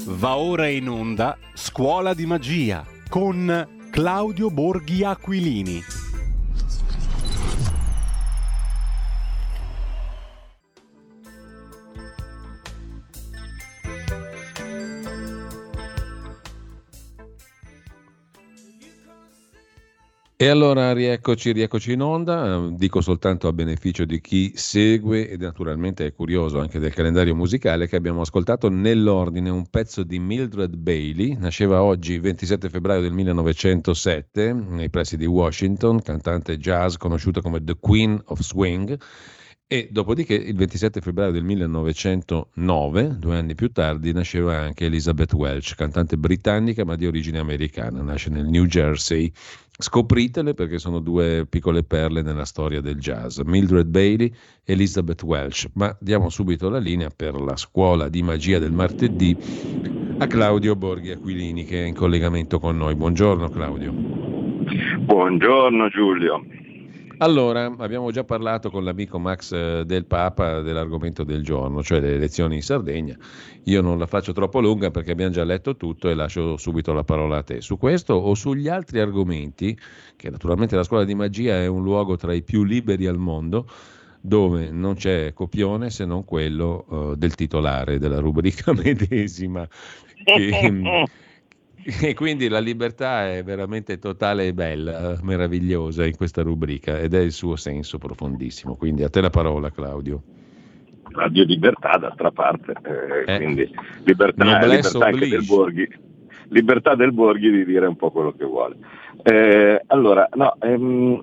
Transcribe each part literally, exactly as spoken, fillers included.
Va ora in onda Scuola di Magia con Claudio Borghi Aquilini. E allora rieccoci, rieccoci in onda, dico soltanto a beneficio di chi segue e naturalmente è curioso anche del calendario musicale che abbiamo ascoltato nell'ordine un pezzo di Mildred Bailey, nasceva oggi ventisette febbraio del millenovecentosette nei pressi di Washington, cantante jazz conosciuta come The Queen of Swing. E dopodiché il ventisette febbraio del millenovecentonove, due anni più tardi, nasceva anche Elizabeth Welch, cantante britannica ma di origine americana, nasce nel New Jersey. Scopritele perché sono due piccole perle nella storia del jazz. Mildred Bailey, Elizabeth Welch. Ma diamo subito la linea per la scuola di magia del martedì a Claudio Borghi Aquilini che è in collegamento con noi. Buongiorno Claudio. Buongiorno Giulio. Allora, abbiamo già parlato con l'amico Max del Papa dell'argomento del giorno, cioè le elezioni in Sardegna. Io non la faccio troppo lunga perché abbiamo già letto tutto e lascio subito la parola a te. Su questo o sugli altri argomenti, che naturalmente la scuola di magia è un luogo tra i più liberi al mondo, dove non c'è copione se non quello uh, del titolare della rubrica medesima. Che, E quindi la libertà è veramente totale e bella, meravigliosa in questa rubrica ed è il suo senso profondissimo. Quindi a te la parola, Claudio. Radio Libertà d'altra parte, eh, eh, quindi libertà, libertà anche del Borghi, libertà del Borghi di dire un po' quello che vuole. Eh, allora, no, ehm,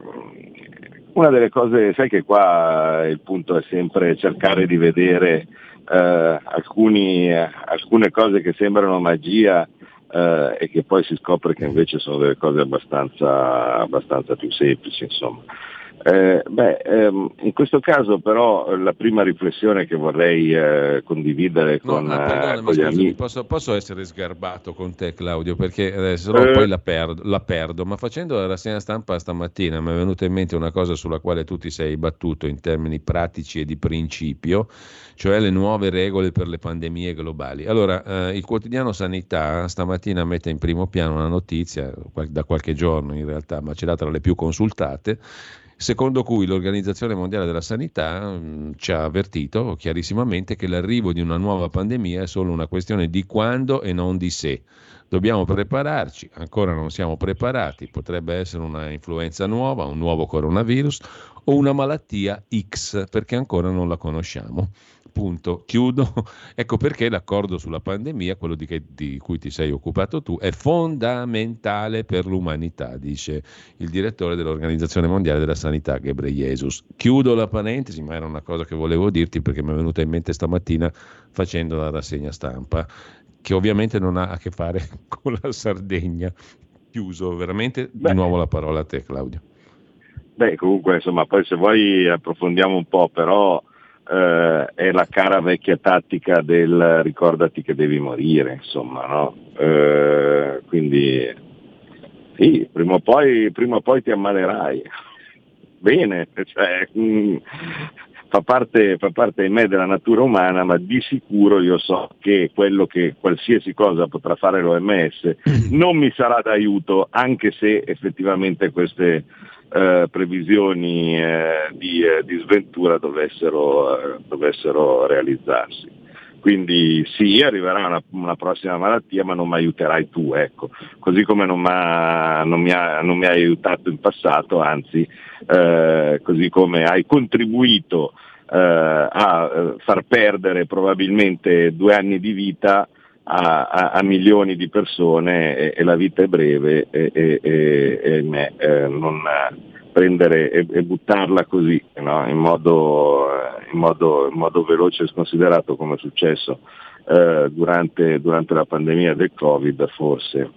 una delle cose, sai che qua il punto è sempre cercare di vedere eh, alcuni, eh, alcune cose che sembrano magia. Uh, e che poi si scopre che invece sono delle cose abbastanza, abbastanza più semplici, insomma. Eh, beh, ehm, in questo caso però la prima riflessione che vorrei eh, condividere no, con, no, perdonami, eh, con gli scusami, amici. Posso, posso essere sgarbato con te Claudio perché adesso no, eh. poi la perdo, la perdo, ma facendo la rassegna stampa stamattina mi è venuta in mente una cosa sulla quale tu ti sei battuto in termini pratici e di principio, cioè le nuove regole per le pandemie globali. Allora, eh, il quotidiano Sanità stamattina mette in primo piano una notizia, da qualche giorno in realtà, ma ce l'ha tra le più consultate, secondo cui l'Organizzazione Mondiale della Sanità mh, ci ha avvertito chiarissimamente che l'arrivo di una nuova pandemia è solo una questione di quando e non di se. Dobbiamo prepararci, ancora non siamo preparati, potrebbe essere una influenza nuova, un nuovo coronavirus o una malattia X, perché ancora non la conosciamo. Punto. Chiudo. Ecco perché l'accordo sulla pandemia, quello di, che, di cui ti sei occupato tu, è fondamentale per l'umanità, dice il direttore dell'Organizzazione Mondiale della Sanità, Ghebreyesus. Chiudo la parentesi, ma era una cosa che volevo dirti perché mi è venuta in mente stamattina facendo la rassegna stampa, che ovviamente non ha a che fare con la Sardegna. Chiuso, veramente. Beh. Di nuovo la parola a te, Claudio. Beh, comunque, insomma, poi se vuoi approfondiamo un po', però eh, è la cara vecchia tattica del ricordati che devi morire, insomma, no? Eh, quindi sì, prima o poi, prima o poi ti ammalerai. Bene, cioè, mh, fa parte, fa parte di me, della natura umana, ma di sicuro io so che quello che qualsiasi cosa potrà fare l'O M S non mi sarà d'aiuto, anche se effettivamente queste eh, previsioni eh, di, eh, di sventura dovessero, eh, dovessero realizzarsi. Quindi sì, arriverà una, una prossima malattia, ma non mi aiuterai tu, ecco. Così come non, non, mi ha, non mi hai aiutato in passato, anzi, eh, così come hai contribuito eh, a eh, far perdere probabilmente due anni di vita a, a, a milioni di persone, e, e la vita è breve, e, e, e, e me, eh, non prendere e, e buttarla così, no? in, modo, in, modo, in modo veloce e sconsiderato, come è successo eh, durante, durante la pandemia del Covid, forse,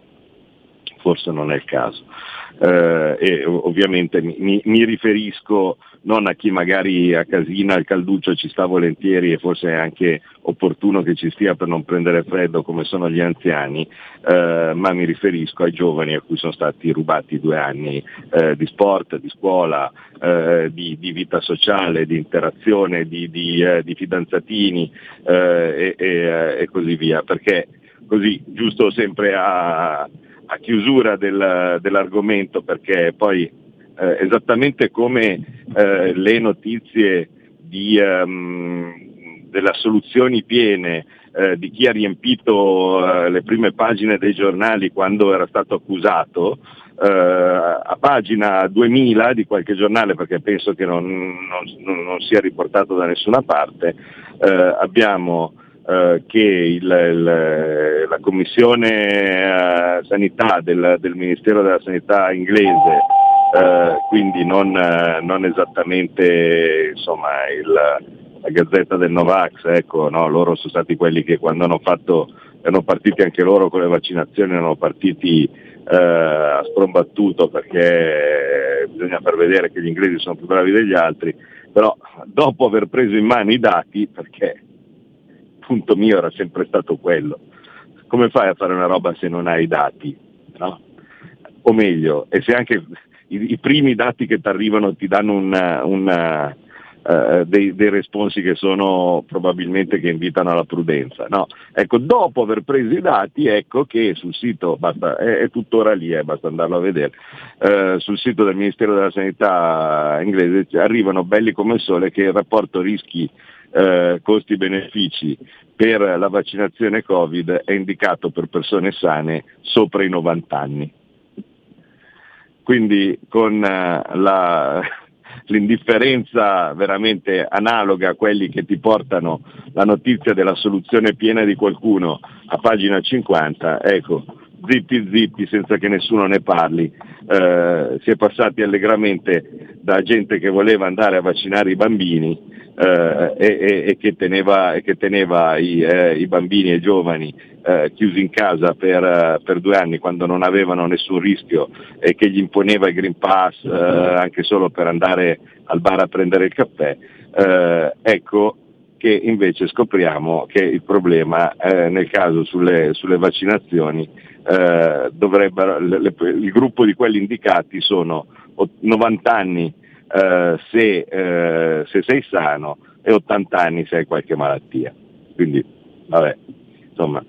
forse non è il caso. Eh, e ovviamente mi, mi riferisco non a chi magari a casina al calduccio ci sta volentieri, e forse è anche opportuno che ci stia per non prendere freddo come sono gli anziani, eh, ma mi riferisco ai giovani a cui sono stati rubati due anni eh, di sport, di scuola, eh, di, di vita sociale, di interazione, di, di, eh, di fidanzatini eh, e, e, e così via, perché così, giusto sempre a, a chiusura del, dell'argomento, perché poi eh, esattamente come eh, le notizie di, um, delle assoluzioni piene eh, di chi ha riempito eh, le prime pagine dei giornali quando era stato accusato, eh, a pagina duemila di qualche giornale, perché penso che non, non, non sia riportato da nessuna parte, eh, abbiamo eh, che il, il, la commissione eh, sanità del, del Ministero della Sanità inglese, eh, quindi non, non esattamente insomma il, la Gazzetta del Novax, ecco, no, loro sono stati quelli che quando hanno fatto, erano partiti anche loro con le vaccinazioni, erano partiti eh, a sprombattuto, perché bisogna far vedere che gli inglesi sono più bravi degli altri, però dopo aver preso in mano i dati, perché il punto mio era sempre stato quello, come fai a fare una roba se non hai i dati, no? O meglio, e se anche i, i primi dati che ti arrivano ti danno una, una Uh, dei, dei responsi che sono probabilmente che invitano alla prudenza, no? Ecco, dopo aver preso i dati, ecco che sul sito, basta, è, è tuttora lì, eh, basta andarlo a vedere, uh, sul sito del Ministero della Sanità inglese arrivano belli come il sole che il rapporto rischi uh, costi-benefici per la vaccinazione Covid è indicato per persone sane sopra i novanta anni. Quindi con uh, la l'indifferenza veramente analoga a quelli che ti portano la notizia della soluzione piena di qualcuno a pagina cinquanta, ecco, zitti zitti senza che nessuno ne parli, eh, si è passati allegramente da gente che voleva andare a vaccinare i bambini eh, e, e, e che teneva, e che teneva i, eh, i bambini e i giovani eh, chiusi in casa per, per due anni quando non avevano nessun rischio e che gli imponeva il Green Pass eh, anche solo per andare al bar a prendere il caffè, eh, ecco che invece scopriamo che il problema eh, nel caso sulle, sulle vaccinazioni eh, dovrebbero, le, le, il gruppo di quelli indicati sono novanta anni eh, se, eh, se sei sano e ottanta anni se hai qualche malattia. Quindi vabbè, insomma,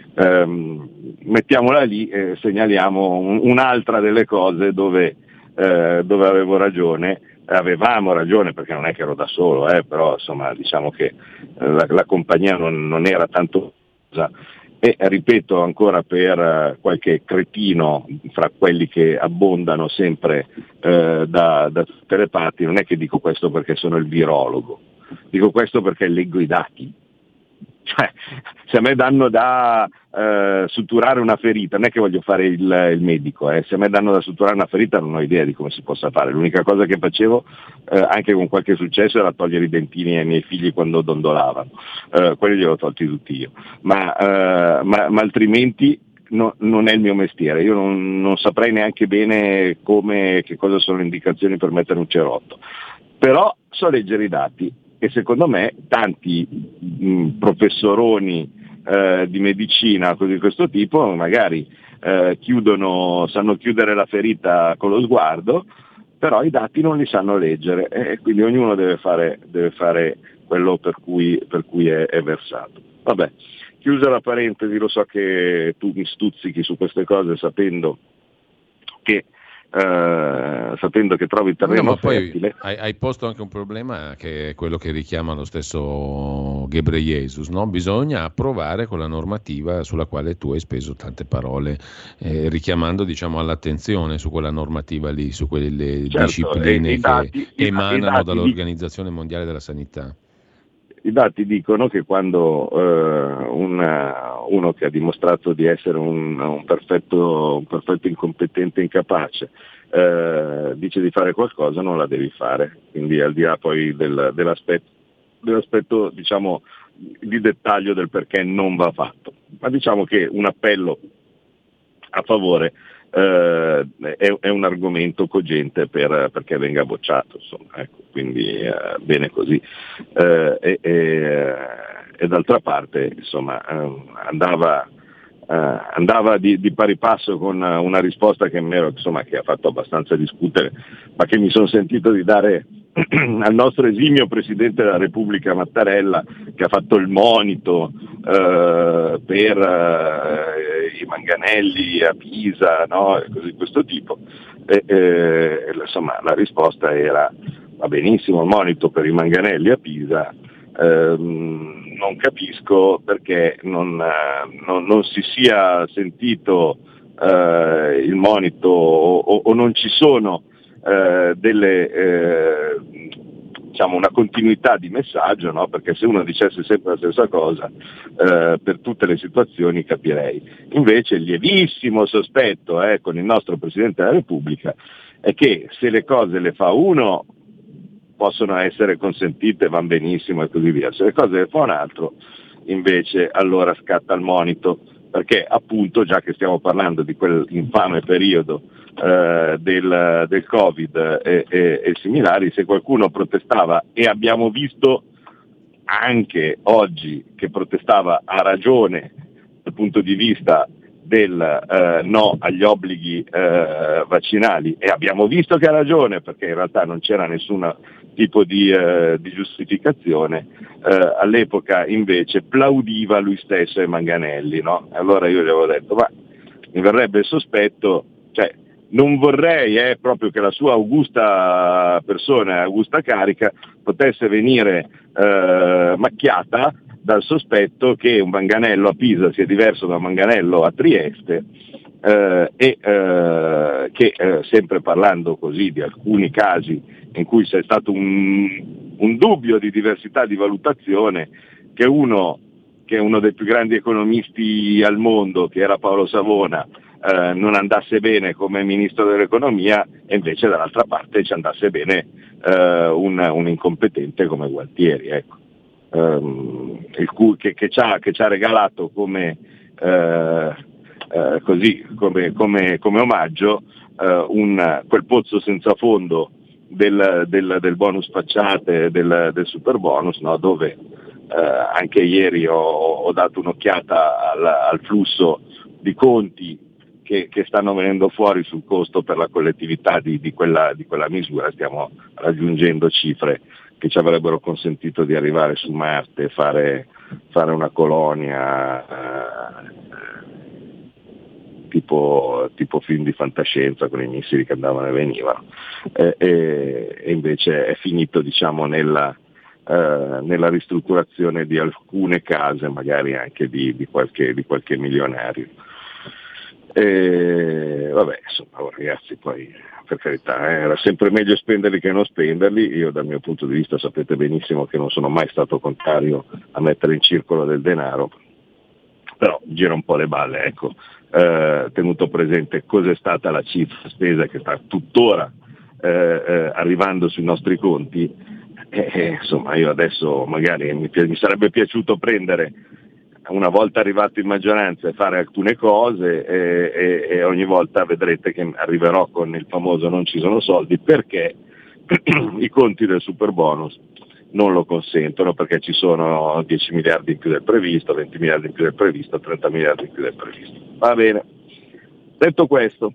ehm, mettiamola lì e segnaliamo un, un'altra delle cose dove, eh, dove avevo ragione. Avevamo ragione, perché non è che ero da solo, eh, però insomma diciamo che eh, la, la compagnia non, non era tanto cosa, e ripeto ancora per eh, qualche cretino fra quelli che abbondano sempre eh, da, da tutte le parti, non è che dico questo perché sono il virologo, dico questo perché leggo i dati. Cioè, se a me danno da eh, suturare una ferita, non è che voglio fare il, il medico, eh. Se a me danno da suturare una ferita non ho idea di come si possa fare. L'unica cosa che facevo, eh, anche con qualche successo, era togliere i dentini ai miei figli quando dondolavano, eh, quelli li ho tolti tutti io, ma, eh, ma, ma altrimenti no, non è il mio mestiere, io non, non saprei neanche bene come, che cosa sono le indicazioni per mettere un cerotto, però so leggere i dati. E secondo me tanti mh, professoroni eh, di medicina così di questo tipo magari eh, chiudono, sanno chiudere la ferita con lo sguardo, però i dati non li sanno leggere e quindi ognuno deve fare, deve fare quello per cui, per cui è, è versato. Vabbè, chiusa la parentesi, lo so che tu mi stuzzichi su queste cose sapendo che Uh, sapendo che trovi il terreno no, ma fertile. Poi hai, hai posto anche un problema che è quello che richiama lo stesso Ghebreyesus, no? Bisogna approvare quella normativa sulla quale tu hai speso tante parole, eh, richiamando diciamo all'attenzione su quella normativa lì, su quelle certo, discipline e, che dati, emanano dati dall'Organizzazione Mondiale della Sanità. I dati dicono che quando eh, una, uno che ha dimostrato di essere un, un, perfetto, un perfetto incompetente incapace eh, dice di fare qualcosa, non la devi fare, quindi al di là poi del, dell'aspetto, dell'aspetto diciamo di dettaglio del perché non va fatto, ma diciamo che un appello a favore Uh, è, è un argomento cogente per, perché venga bocciato, insomma, ecco, quindi uh, bene così. Uh, e, e, e d'altra parte insomma uh, andava, uh, andava di, di pari passo con una risposta che, mi ero, insomma, che ha fatto abbastanza discutere, ma che mi sono sentito di dare al nostro esimio Presidente della Repubblica Mattarella, che ha fatto il monito eh, per manganelli a Pisa, no? E cose di questo tipo. E, e, insomma, la risposta era: va benissimo il monito per i manganelli a Pisa, ehm, non capisco perché non, non, non si sia sentito eh, il monito o, o non ci sono eh, delle eh, diciamo una continuità di messaggio, no? Perché se uno dicesse sempre la stessa cosa eh, per tutte le situazioni capirei. Invece il lievissimo sospetto eh, con il nostro Presidente della Repubblica è che se le cose le fa uno possono essere consentite, van benissimo e così via, se le cose le fa un altro invece allora scatta il monito, perché appunto, già che stiamo parlando di quel infame periodo eh, del, del Covid e, e, e similari, se qualcuno protestava, e abbiamo visto anche oggi che protestava a ragione dal punto di vista del eh, no agli obblighi eh, vaccinali, e abbiamo visto che ha ragione perché in realtà non c'era nessun tipo di, eh, di giustificazione, eh, all'epoca invece plaudiva lui stesso ai manganelli, no? Allora io gli avevo detto, ma mi verrebbe il sospetto, cioè non vorrei eh, proprio che la sua augusta persona, augusta carica potesse venire eh, macchiata dal sospetto che un manganello a Pisa sia diverso da un manganello a Trieste eh, e eh, che eh, sempre parlando così di alcuni casi in cui c'è stato un, un dubbio di diversità di valutazione, che uno che è uno dei più grandi economisti al mondo, che era Paolo Savona, eh, non andasse bene come ministro dell'economia, e invece dall'altra parte ci andasse bene eh, un, un incompetente come Gualtieri, ecco. Um, il cui, che, che, ci ha, che ci ha regalato come, eh, eh, così, come, come, come omaggio eh, un, quel pozzo senza fondo del, del, del bonus facciate, del, del super bonus, no? Dove eh, anche ieri ho, ho dato un'occhiata al, al flusso di conti che, che stanno venendo fuori sul costo per la collettività di, di, quella, di quella misura. Stiamo raggiungendo cifre che ci avrebbero consentito di arrivare su Marte e fare, fare una colonia eh, tipo, tipo film di fantascienza con i missili che andavano e venivano, e, e, e invece è finito, diciamo, nella, eh, nella ristrutturazione di alcune case, magari anche di, di, qualche, di qualche milionario. E, vabbè, insomma, ragazzi, poi per carità, eh, era sempre meglio spenderli che non spenderli. Io dal mio punto di vista sapete benissimo che non sono mai stato contrario a mettere in circolo del denaro, però gira un po' le balle, ecco, eh, tenuto presente cos'è stata la cifra spesa che sta tuttora eh, eh, arrivando sui nostri conti, eh, insomma io adesso magari mi, mi sarebbe piaciuto prendere, una volta arrivato in maggioranza, e fare alcune cose e, e, e ogni volta vedrete che arriverò con il famoso non ci sono soldi, perché i conti del super bonus non lo consentono, perché ci sono dieci miliardi in più del previsto, venti miliardi in più del previsto, trenta miliardi in più del previsto. Va bene. Detto questo,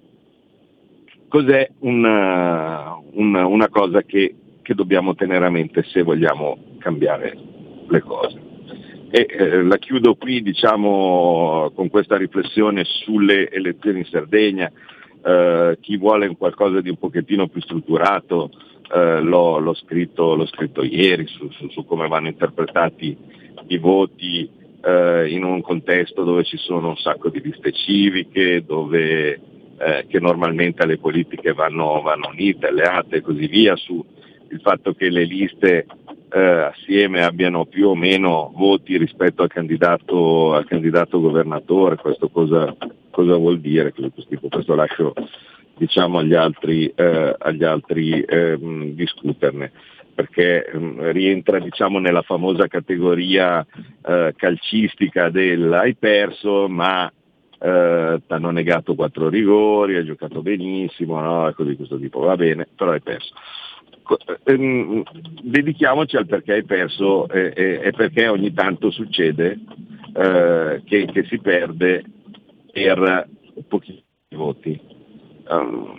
cos'è una, una, una cosa che, che dobbiamo tenere a mente se vogliamo cambiare le cose? E eh, la chiudo qui, diciamo, con questa riflessione sulle elezioni in Sardegna. Eh, chi vuole un qualcosa di un pochettino più strutturato, eh, l'ho, l'ho, scritto, l'ho scritto ieri su, su, su come vanno interpretati i voti eh, in un contesto dove ci sono un sacco di liste civiche, dove eh, che normalmente alle politiche vanno, vanno unite, alleate e così via, su il fatto che le liste eh, assieme abbiano più o meno voti rispetto al candidato, al candidato governatore. Questo cosa, cosa vuol dire? Questo lascio, diciamo, agli altri, eh, agli altri eh, discuterne, perché eh, rientra, diciamo, nella famosa categoria eh, calcistica del hai perso ma eh, ti hanno negato quattro rigori, hai giocato benissimo, no? Ecco, di questo tipo, va bene, però hai perso. Ehm, dedichiamoci al perché hai perso e eh, eh, perché ogni tanto succede eh, che, che si perde per pochi voti. Um,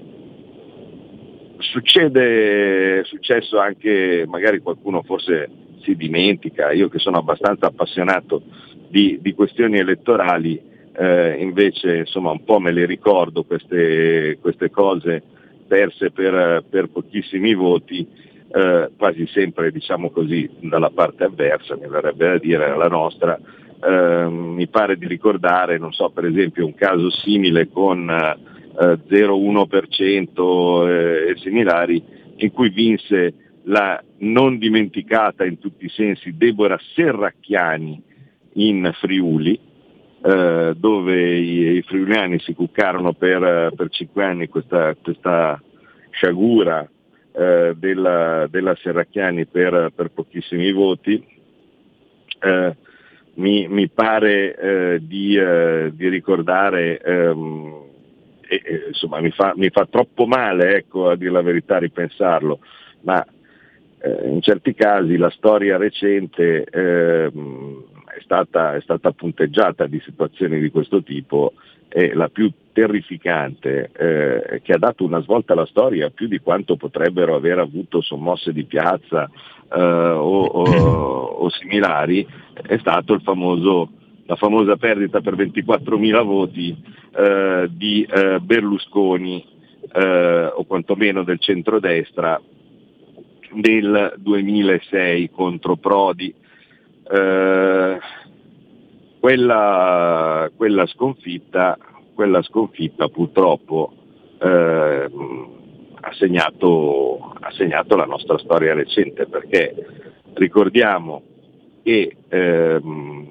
succede, è successo anche, magari qualcuno forse si dimentica, io che sono abbastanza appassionato di, di questioni elettorali, eh, invece insomma un po' me le ricordo queste, queste cose perse per, per pochissimi voti, eh, quasi sempre diciamo così dalla parte avversa, mi verrebbe da dire la nostra. Eh, mi pare di ricordare, non so, per esempio un caso simile con eh, zero virgola uno per cento eh, e similari, in cui vinse la non dimenticata in tutti i sensi Deborah Serracchiani in Friuli, eh, dove i, i friuliani si cuccarono per, per cinque anni questa, questa sciagura eh, della, della Serracchiani per, per pochissimi voti. Eh, mi, mi pare eh, di, eh, di ricordare, ehm, e, e, insomma mi fa, mi fa troppo male, ecco, a dire la verità, ripensarlo, ma eh, in certi casi la storia recente ehm, è stata, è stata punteggiata di situazioni di questo tipo, e la più terrificante, eh, che ha dato una svolta alla storia più di quanto potrebbero aver avuto sommosse di piazza eh, o, o, o similari, è stato il famoso, la famosa perdita per ventiquattromila voti eh, di eh, Berlusconi, eh, o quantomeno del centrodestra, nel duemilasei contro Prodi. Eh, quella, quella sconfitta, quella sconfitta purtroppo eh, ha segnato, ha segnato la nostra storia recente, perché ricordiamo che ehm,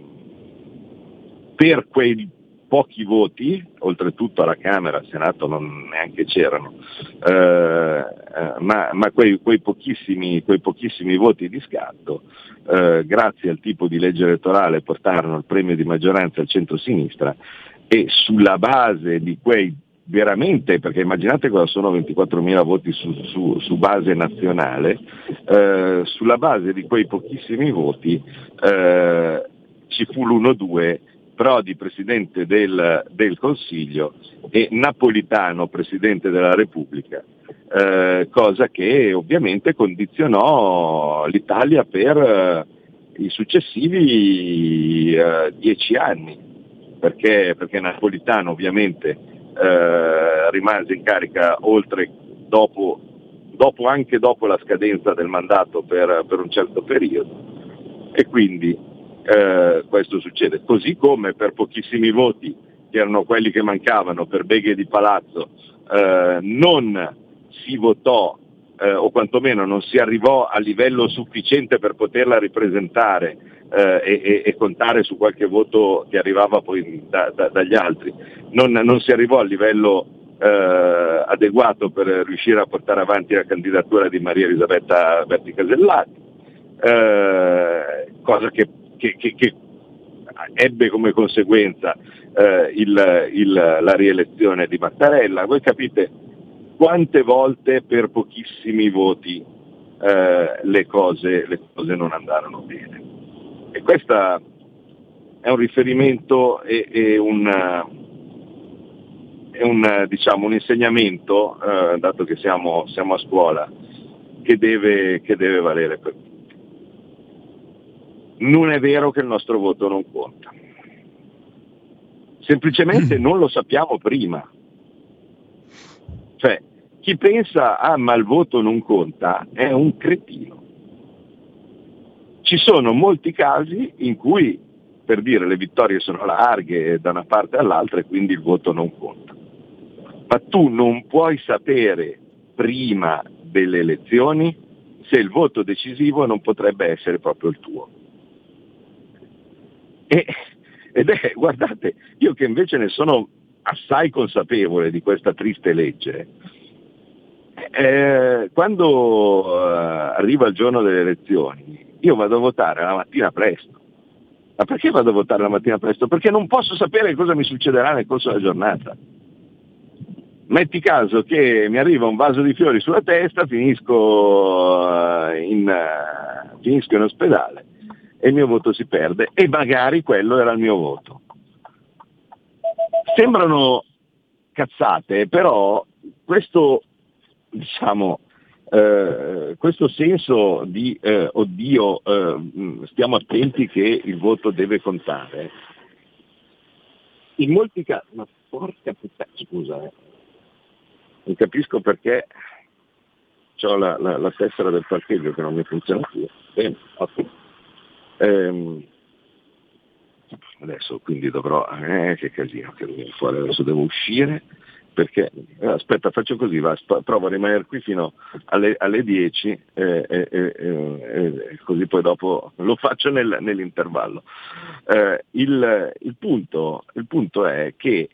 per quei pochi voti, oltretutto alla Camera, al Senato non neanche c'erano, eh, ma, ma quei, quei, pochissimi, quei pochissimi voti di scatto, eh, grazie al tipo di legge elettorale, portarono il premio di maggioranza al centro-sinistra, e sulla base di quei veramente, perché immaginate cosa sono ventiquattromila voti su, su, su base nazionale, eh, sulla base di quei pochissimi voti eh, ci fu l'uno due, Prodi presidente del, del Consiglio e Napolitano presidente della Repubblica, eh, cosa che ovviamente condizionò l'Italia per eh, i successivi eh, dieci anni, perché, perché Napolitano ovviamente eh, rimase in carica oltre dopo, dopo anche dopo la scadenza del mandato per, per un certo periodo, e quindi Eh, questo succede, così come per pochissimi voti, che erano quelli che mancavano per Beghe di Palazzo, eh, non si votò eh, o quantomeno non si arrivò a livello sufficiente per poterla ripresentare eh, e, e contare su qualche voto che arrivava poi da, da, dagli altri, non, non si arrivò a livello eh, adeguato per riuscire a portare avanti la candidatura di Maria Elisabetta Berti Casellati, eh, cosa che Che, che, che ebbe come conseguenza eh, il, il, la rielezione di Mattarella. Voi capite quante volte per pochissimi voti eh, le, cose, le cose non andarono bene. E questo è un riferimento e, e un, è un, diciamo, un insegnamento, eh, dato che siamo, siamo a scuola, che deve, che deve valere per tutti. Non è vero che il nostro voto non conta, semplicemente non lo sappiamo prima. Cioè, chi pensa ah ma il voto non conta è un cretino. Ci sono molti casi in cui, per dire, le vittorie sono larghe da una parte all'altra e quindi il voto non conta, ma tu non puoi sapere prima delle elezioni se il voto decisivo non potrebbe essere proprio il tuo. E, ed è, guardate, io che invece ne sono assai consapevole di questa triste legge, eh, quando eh, arriva il giorno delle elezioni, io vado a votare la mattina presto. Ma perché vado a votare la mattina presto? Perché non posso sapere cosa mi succederà nel corso della giornata. Metti caso che mi arriva un vaso di fiori sulla testa, finisco in, finisco in ospedale e il mio voto si perde, e magari quello era il mio voto. Sembrano cazzate, però questo, diciamo, eh, questo senso di eh, oddio, eh, stiamo attenti che il voto deve contare, in molti casi, ma porca puttana, scusa, eh. non capisco perché ho la, la, la tessera del parcheggio che non mi funziona più. Bene, ottimo. Ehm, adesso quindi dovrò, eh, che casino che viene fuori, adesso devo uscire perché, eh, aspetta, faccio così, va, sp- provo a rimanere qui fino alle, alle dieci eh, eh, eh, eh, così poi dopo lo faccio nel, nell'intervallo. Eh, il, il, punto, il punto è che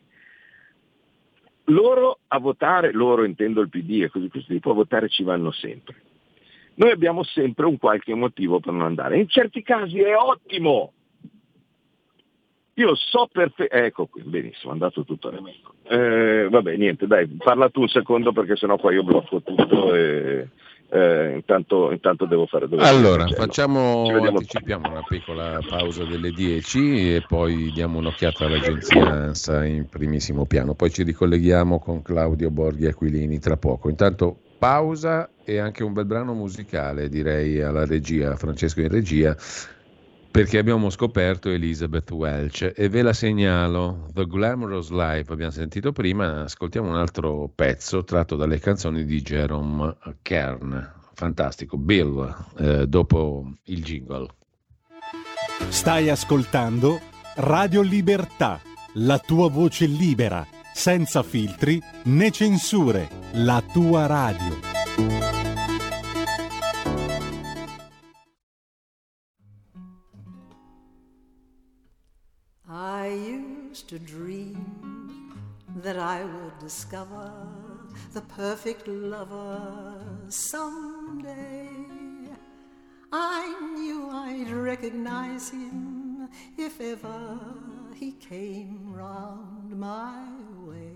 loro a votare, loro intendo il P D e così questo tipo, a votare ci vanno sempre. Noi abbiamo sempre un qualche motivo per non andare. In certi casi è ottimo. Io so perfettamente, ecco qui, benissimo, è andato tutto a remendo. Eh, vabbè, niente, dai, parla tu un secondo perché sennò qua io blocco tutto e eh, intanto, intanto devo fare... Devo allora, facciamo, anticipiamo una piccola pausa delle dieci e poi diamo un'occhiata all'agenzia ANSA in primissimo piano, poi ci ricolleghiamo con Claudio Borghi Aquilini tra poco. Intanto pausa e anche un bel brano musicale, direi, alla regia, Francesco in regia, perché abbiamo scoperto Elizabeth Welch e ve la segnalo. The Glamorous Life abbiamo sentito prima, ascoltiamo un altro pezzo tratto dalle canzoni di Jerome Kern, fantastico, Bill, eh, dopo il jingle. Stai ascoltando Radio Libertà, la tua voce libera, senza filtri né censure, la tua radio. I used to dream that I would discover the perfect lover someday. I knew I'd recognize him if ever he came round my way.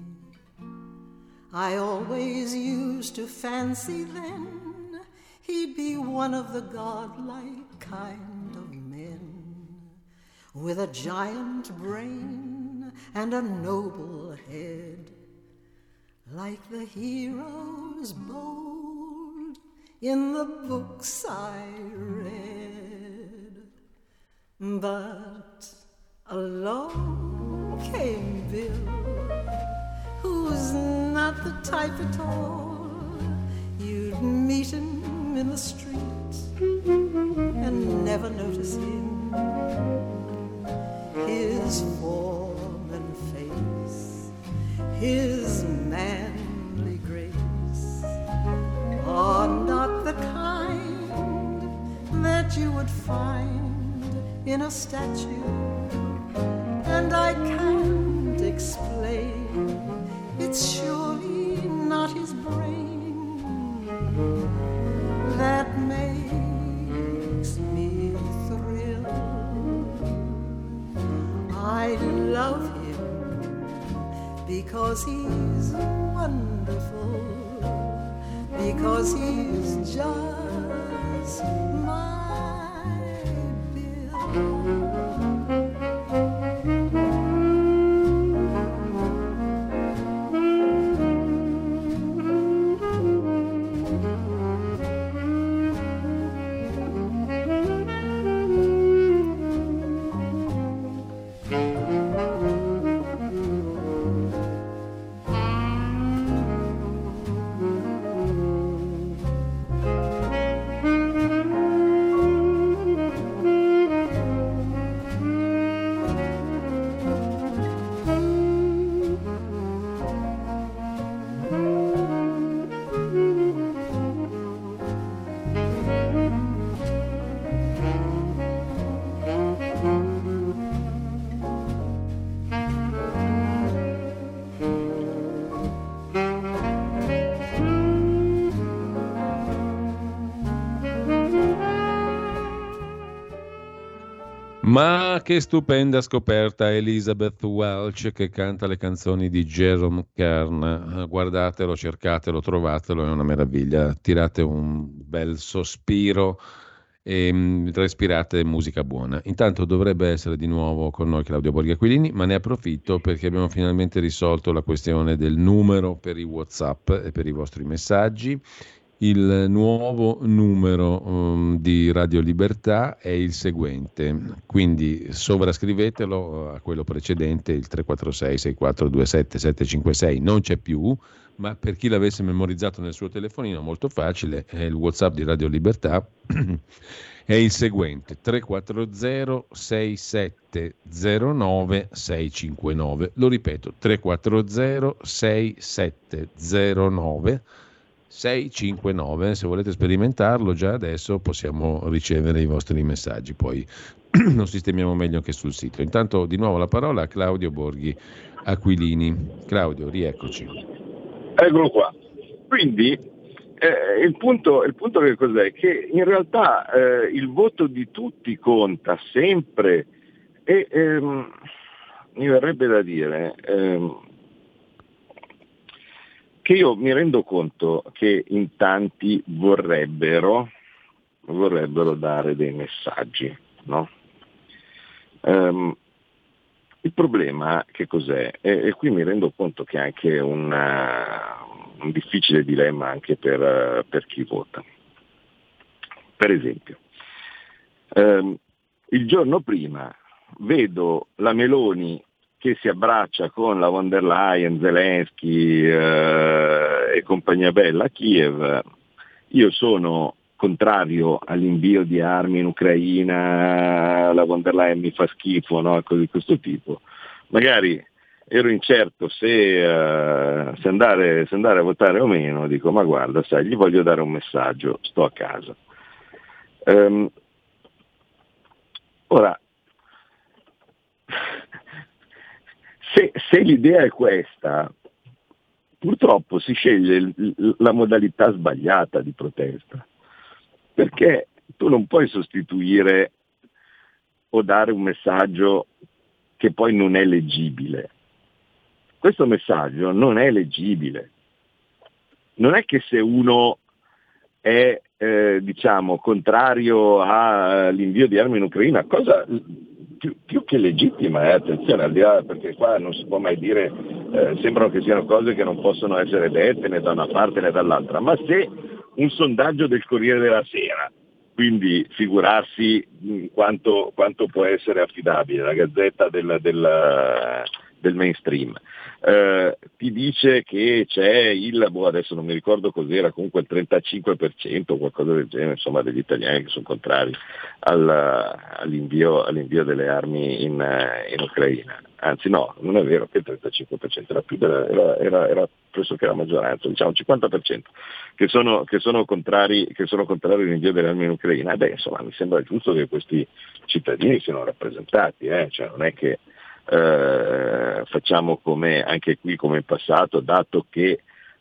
I always used to fancy then he'd be one of the godlike kind of men, with a giant brain and a noble head, like the heroes bold in the books I read. But along came Bill, who's not the type at all. You'd meet him in the street and never notice him. His form and face, his manly grace, are not the kind that you would find in a statue. And I can't explain, it's surely not his brain that makes me thrill. I love him because he's wonderful, because he's just my Bill. Ma che stupenda scoperta, Elizabeth Welch che canta le canzoni di Jerome Kern. Guardatelo, cercatelo, trovatelo, è una meraviglia. Tirate un bel sospiro e mh, respirate musica buona. Intanto dovrebbe essere di nuovo con noi Claudio Borghi Aquilini, ma ne approfitto perché abbiamo finalmente risolto la questione del numero per i WhatsApp e per i vostri messaggi. Il nuovo numero um, di Radio Libertà è il seguente, quindi sovrascrivetelo a quello precedente, il tre quattro sei sei quattro due sette sette cinque sei, non c'è più, ma per chi l'avesse memorizzato nel suo telefonino, molto facile, è il WhatsApp di Radio Libertà, è il seguente, tre quattro zero sei sette zero nove sei cinque nove, lo ripeto, tre quattro zero sei sette zero nove sei cinque nove. Se volete sperimentarlo già adesso possiamo ricevere i vostri messaggi, poi lo sistemiamo meglio che sul sito. Intanto di nuovo la parola a Claudio Borghi Aquilini. Claudio, rieccoci. Eccolo qua. Quindi eh, il, punto, il punto che cos'è? Che in realtà eh, il voto di tutti conta sempre e ehm, mi verrebbe da dire ehm, che io mi rendo conto che in tanti vorrebbero, vorrebbero dare dei messaggi, no? Um, il problema che cos'è? E, e qui mi rendo conto che è anche una, un difficile dilemma anche per, per chi vota. Per esempio, um, il giorno prima vedo la Meloni che si abbraccia con la von der Leyen, Zelensky eh, e compagnia bella a Kiev. Io sono contrario all'invio di armi in Ucraina, la von der Leyen mi fa schifo, no? Cose di questo tipo. Magari ero incerto se, uh, se, andare, se andare a votare o meno, dico ma guarda, sai, gli voglio dare un messaggio, sto a casa. Um, ora, Se, se l'idea è questa, purtroppo si sceglie il, la modalità sbagliata di protesta, perché tu non puoi sostituire o dare un messaggio che poi non è leggibile. Questo messaggio non è leggibile. Non è che se uno è eh, diciamo contrario all'invio di armi in Ucraina, cosa più, più che legittima, eh, attenzione, al di là, perché qua non si può mai dire, eh, sembrano che siano cose che non possono essere dette né da una parte né dall'altra, ma se un sondaggio del Corriere della Sera, quindi figurarsi quanto, quanto può essere affidabile, la gazzetta del, del, del mainstream, eh, ti dice che c'è il, boh, adesso non mi ricordo cos'era, comunque il trentacinque per cento o qualcosa del genere, insomma, degli italiani che sono contrari al, all'invio, all'invio delle armi in, in Ucraina. Anzi no, non è vero che il trentacinque per cento era più della, era, era, era pressoché la maggioranza, diciamo il cinquanta per cento che sono, che sono contrari che sono contrari all'invio delle armi in Ucraina. Beh, insomma, mi sembra giusto che questi cittadini siano rappresentati, eh? Cioè, non è che eh, facciamo come anche qui come in passato, dato che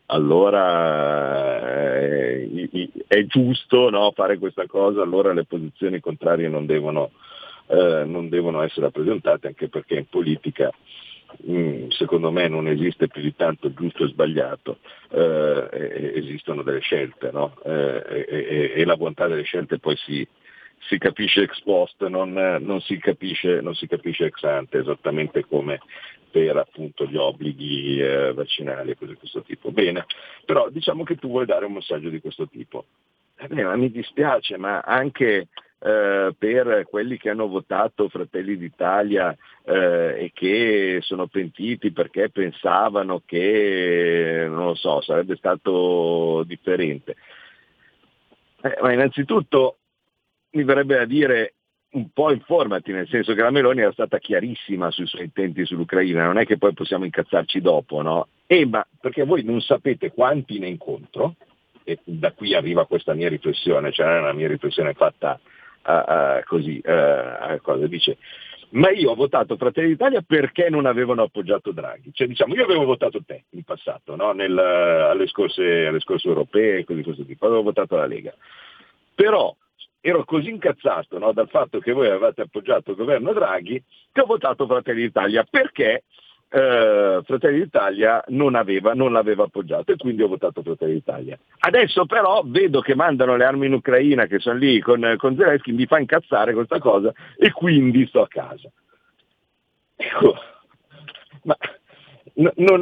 allora eh, è giusto, no, fare questa cosa, allora le posizioni contrarie non devono Eh, non devono essere rappresentate, anche perché in politica mh, secondo me non esiste più di tanto giusto e sbagliato, eh, esistono delle scelte, no? eh, e, e la bontà delle scelte poi si, si capisce ex post, non, non, si capisce, non si capisce ex ante, esattamente come per appunto gli obblighi eh, vaccinali e cose di questo tipo. Bene, però diciamo che tu vuoi dare un messaggio di questo tipo. Eh beh, ma mi dispiace, ma anche eh, per quelli che hanno votato Fratelli d'Italia eh, e che sono pentiti perché pensavano che, non lo so, sarebbe stato differente. Eh, ma innanzitutto mi verrebbe da dire un po' informati, nel senso che la Meloni era stata chiarissima sui suoi intenti sull'Ucraina, non è che poi possiamo incazzarci dopo, no? E ma perché voi non sapete quanti ne incontro, e da qui arriva questa mia riflessione, cioè non è una mia riflessione fatta uh, uh, così, uh, cosa dice, ma io ho votato Fratelli d'Italia perché non avevano appoggiato Draghi, cioè diciamo io avevo votato te in passato, no? Nel, alle, scorse, alle scorse europee, così questo tipo, avevo votato la Lega, però ero così incazzato, no, dal fatto che voi avevate appoggiato il governo Draghi che ho votato Fratelli d'Italia perché Uh, Fratelli d'Italia non, aveva, non l'aveva appoggiato e quindi ho votato Fratelli d'Italia. Adesso però vedo che mandano le armi in Ucraina, che sono lì con, con Zelensky, mi fa incazzare questa cosa e quindi sto a casa. Ecco, ma n- non, è,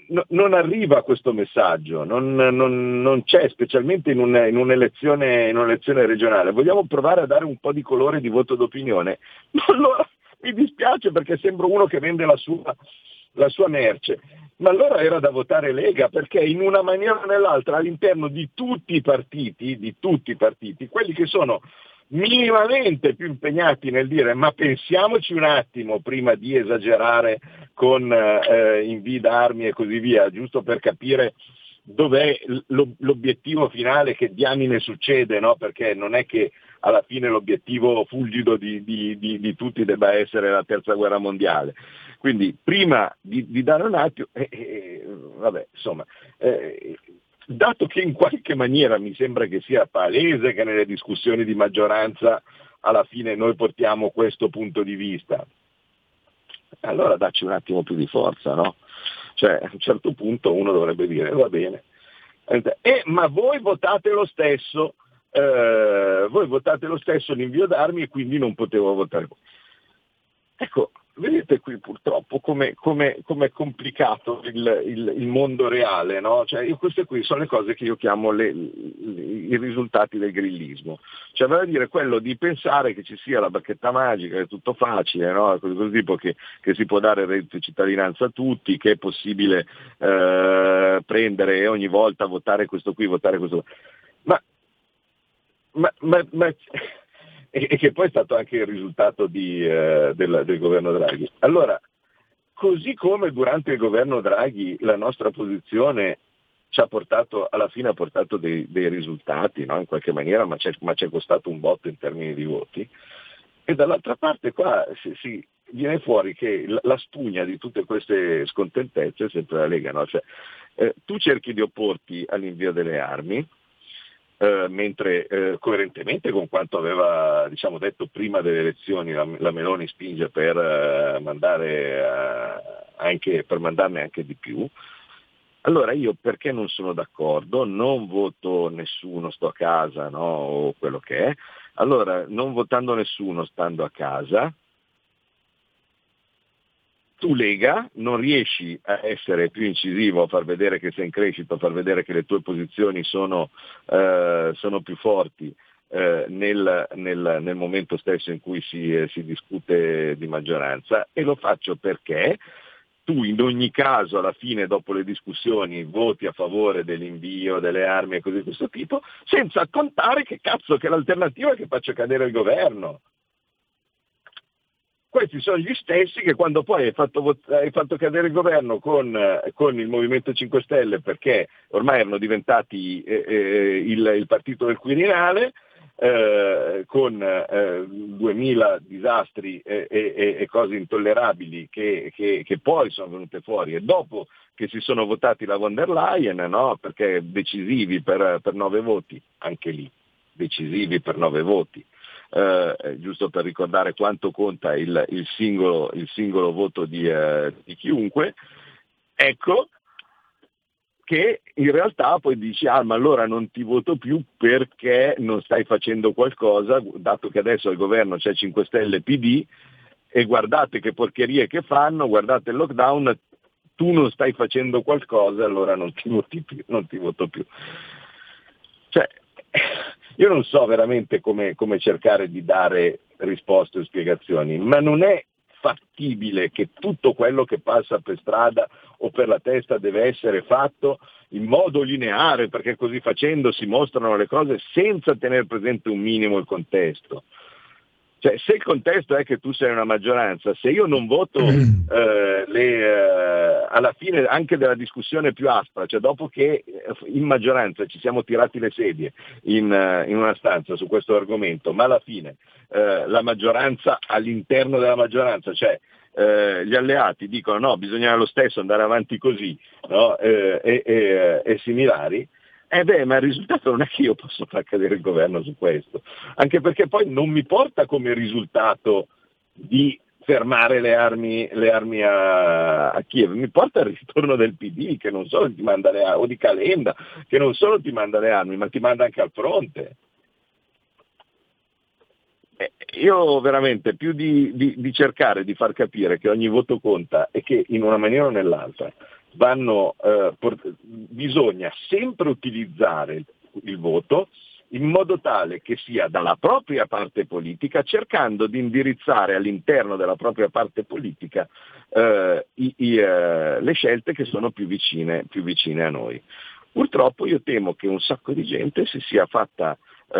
no, non arriva questo messaggio, non, non, non c'è, specialmente in, un, in, un'elezione, in un'elezione regionale. Vogliamo provare a dare un po' di colore di voto d'opinione? Ma allora mi dispiace, perché sembra uno che vende la sua, la sua merce. Ma allora era da votare Lega, perché in una maniera o nell'altra all'interno di tutti i partiti, di tutti i partiti, quelli che sono minimamente più impegnati nel dire ma pensiamoci un attimo prima di esagerare con eh, invii d'armi e così via, giusto per capire dov'è l'obiettivo finale, che diamine succede, no? Perché non è che alla fine l'obiettivo fulgido di, di, di, di tutti debba essere la terza guerra mondiale. Quindi prima di, di dare un attimo, eh, eh, vabbè, insomma, eh, dato che in qualche maniera mi sembra che sia palese che nelle discussioni di maggioranza alla fine noi portiamo questo punto di vista, allora dacci un attimo più di forza, no? Cioè a un certo punto uno dovrebbe dire va bene, eh, ma voi votate lo stesso, eh, voi votate lo stesso l'invio d'armi e quindi non potevo votare. Ecco, vedete qui purtroppo come è complicato il, il, il mondo reale, no? Cioè, io, queste qui sono le cose che io chiamo le, le, i risultati del grillismo. Cioè, vale a dire quello di pensare che ci sia la bacchetta magica, che è tutto facile, no? Così tipo che, che si può dare il reddito di cittadinanza a tutti, che è possibile eh, prendere e ogni volta votare questo qui, votare questo qui. Ma, ma, ma, ma e che poi è stato anche il risultato di, eh, del, del governo Draghi. Allora, così come durante il governo Draghi la nostra posizione ci ha portato, alla fine ha portato dei, dei risultati, no? In qualche maniera, ma ci è costato un botto in termini di voti, e dall'altra parte qua si, si viene fuori che la, la spugna di tutte queste scontentezze è sempre la Lega, no? Cioè, eh, tu cerchi di opporti all'invio delle armi, Uh, mentre uh, coerentemente con quanto aveva, diciamo, detto prima delle elezioni, la, la Meloni spinge per uh, mandare uh, anche per mandarne anche di più. Allora io perché non sono d'accordo? Non voto nessuno, sto a casa, no? O quello che è. Allora, non votando nessuno, stando a casa, tu Lega non riesci a essere più incisivo, a far vedere che sei in crescita, a far vedere che le tue posizioni sono, eh, sono più forti eh, nel, nel, nel momento stesso in cui si, eh, si discute di maggioranza, e lo faccio perché tu in ogni caso alla fine, dopo le discussioni, voti a favore dell'invio delle armi e così di questo tipo, senza contare che cazzo che l'alternativa è che faccia cadere il governo. Questi sono gli stessi che quando poi hai fatto, vot- hai fatto cadere il governo con, con il Movimento cinque Stelle, perché ormai erano diventati eh, eh, il, il partito del Quirinale, eh, con eh, duemila disastri e, e, e cose intollerabili che, che, che poi sono venute fuori, e dopo che si sono votati la von der Leyen, no? Perché decisivi per, per nove voti, anche lì, decisivi per nove voti. Uh, giusto per ricordare quanto conta il, il, singolo, il singolo voto di, uh, di chiunque, ecco che in realtà poi dici ah ma allora non ti voto più perché non stai facendo qualcosa, dato che adesso al governo c'è cinque Stelle P D e guardate che porcherie che fanno, guardate il lockdown, tu non stai facendo qualcosa, allora non ti voti più, non ti voto più. Cioè, io non so veramente come, come cercare di dare risposte o spiegazioni, ma non è fattibile che tutto quello che passa per strada o per la testa deve essere fatto in modo lineare, perché così facendo si mostrano le cose senza tenere presente un minimo il contesto. Cioè, se il contesto è che tu sei una maggioranza, se io non voto eh, le, eh, alla fine anche della discussione più aspra, cioè dopo che in maggioranza ci siamo tirati le sedie in, in una stanza su questo argomento, ma alla fine eh, la maggioranza all'interno della maggioranza, cioè eh, gli alleati dicono no, bisogna lo stesso andare avanti così, no? eh, e, e, e similari. Eh beh, ma il risultato non è che io posso far cadere il governo su questo, anche perché poi non mi porta come risultato di fermare le armi, le armi a, a Kiev, mi porta al ritorno del P D che non solo ti manda le armi, o di Calenda, che non solo ti manda le armi, ma ti manda anche al fronte. Eh, io veramente, più di, di, di cercare di far capire che ogni voto conta e che in una maniera o nell'altra vanno, eh, port- bisogna sempre utilizzare il, il voto in modo tale che sia dalla propria parte politica, cercando di indirizzare all'interno della propria parte politica eh, i, i, eh, le scelte che sono più vicine, più vicine a noi. Purtroppo io temo che un sacco di gente si sia fatta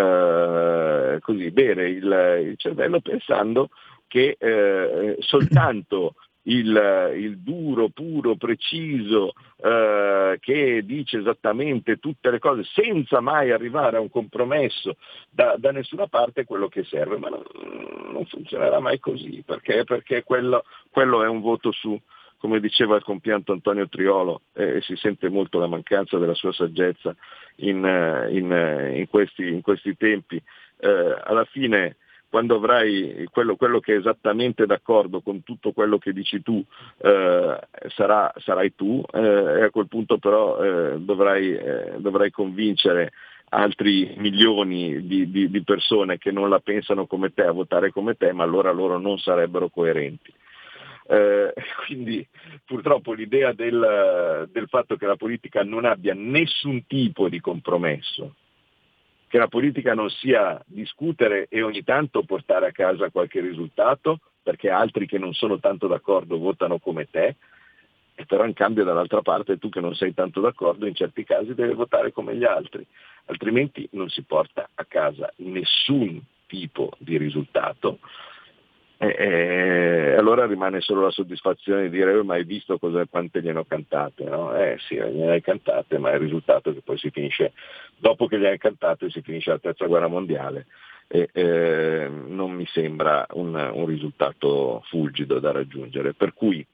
eh, così bere il, il cervello pensando che eh, soltanto Il, il duro, puro, preciso, eh, che dice esattamente tutte le cose senza mai arrivare a un compromesso da, da nessuna parte è quello che serve, ma non, non funzionerà mai così, perché, perché quello, quello è un voto su, come diceva il compianto Antonio Triolo, e eh, si sente molto la mancanza della sua saggezza in, in, in, questi, in questi tempi, eh, alla fine quando avrai quello, quello che è esattamente d'accordo con tutto quello che dici tu, eh, sarà, sarai tu, eh, e a quel punto però eh, dovrai, eh, dovrai convincere altri milioni di, di, di persone che non la pensano come te a votare come te, ma allora loro non sarebbero coerenti. Eh, quindi purtroppo l'idea del, del fatto che la politica non abbia nessun tipo di compromesso, che la politica non sia discutere e ogni tanto portare a casa qualche risultato, perché altri che non sono tanto d'accordo votano come te, e però in cambio dall'altra parte tu che non sei tanto d'accordo in certi casi devi votare come gli altri, altrimenti non si porta a casa nessun tipo di risultato. E, e allora rimane solo la soddisfazione di dire: ma hai visto cosa, quante gliene ho cantate, no? Eh sì, gliene hai cantate, ma il risultato è che poi si finisce, dopo che gliene hai cantate si finisce la terza guerra mondiale, e eh, non mi sembra un, un risultato fulgido da raggiungere, per cui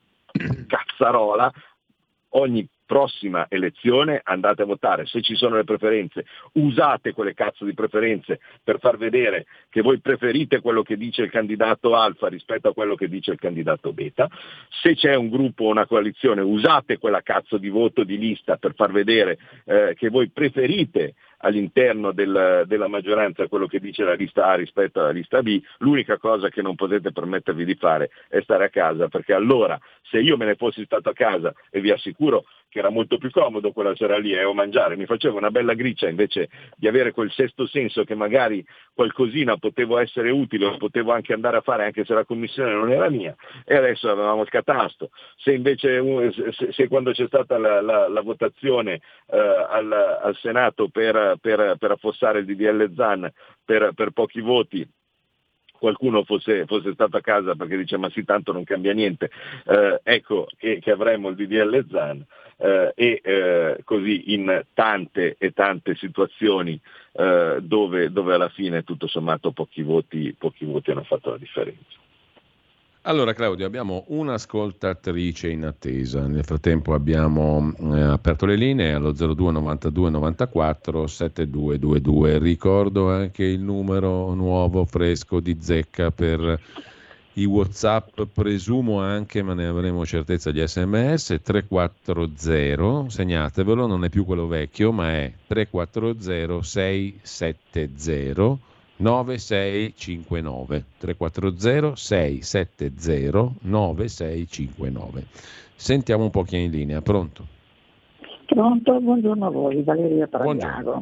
cazzarola, ogni prossima elezione andate a votare, se ci sono le preferenze usate quelle cazzo di preferenze per far vedere che voi preferite quello che dice il candidato alfa rispetto a quello che dice il candidato beta, se c'è un gruppo o una coalizione usate quella cazzo di voto di lista per far vedere eh, che voi preferite all'interno del, della maggioranza quello che dice la lista A rispetto alla lista B. L'unica cosa che non potete permettervi di fare è stare a casa, perché allora se io me ne fossi stato a casa, e vi assicuro che era molto più comodo quella sera lì e o mangiare, mi facevo una bella griccia invece di avere quel sesto senso che magari qualcosina potevo essere utile o potevo anche andare a fare anche se la commissione non era mia, e adesso avevamo il catasto. Se invece se, se quando c'è stata la, la, la votazione eh, al, al Senato per, per, per affossare il D D L Zan per, per pochi voti qualcuno fosse, fosse stato a casa perché dice ma sì tanto non cambia niente, eh, ecco che, che avremo il D D L Zan, eh, e eh, così in tante e tante situazioni eh, dove, dove alla fine tutto sommato pochi voti, pochi voti hanno fatto la differenza. Allora Claudio, abbiamo un'ascoltatrice in attesa, nel frattempo abbiamo eh, aperto le linee allo zero due novantadue novantaquattro settantadue ventidue, ricordo anche il numero nuovo fresco di zecca per i WhatsApp, presumo anche, ma ne avremo certezza, gli sms, tre quattro zero, segnatevelo, non è più quello vecchio ma è tre quattro zero sei sette zero nove sei cinque nove, tre quattro zero sei sette zero nove sei cinque nove. Sentiamo un po' chi è in linea. Pronto? Pronto, buongiorno a voi, Valeria Paragliago.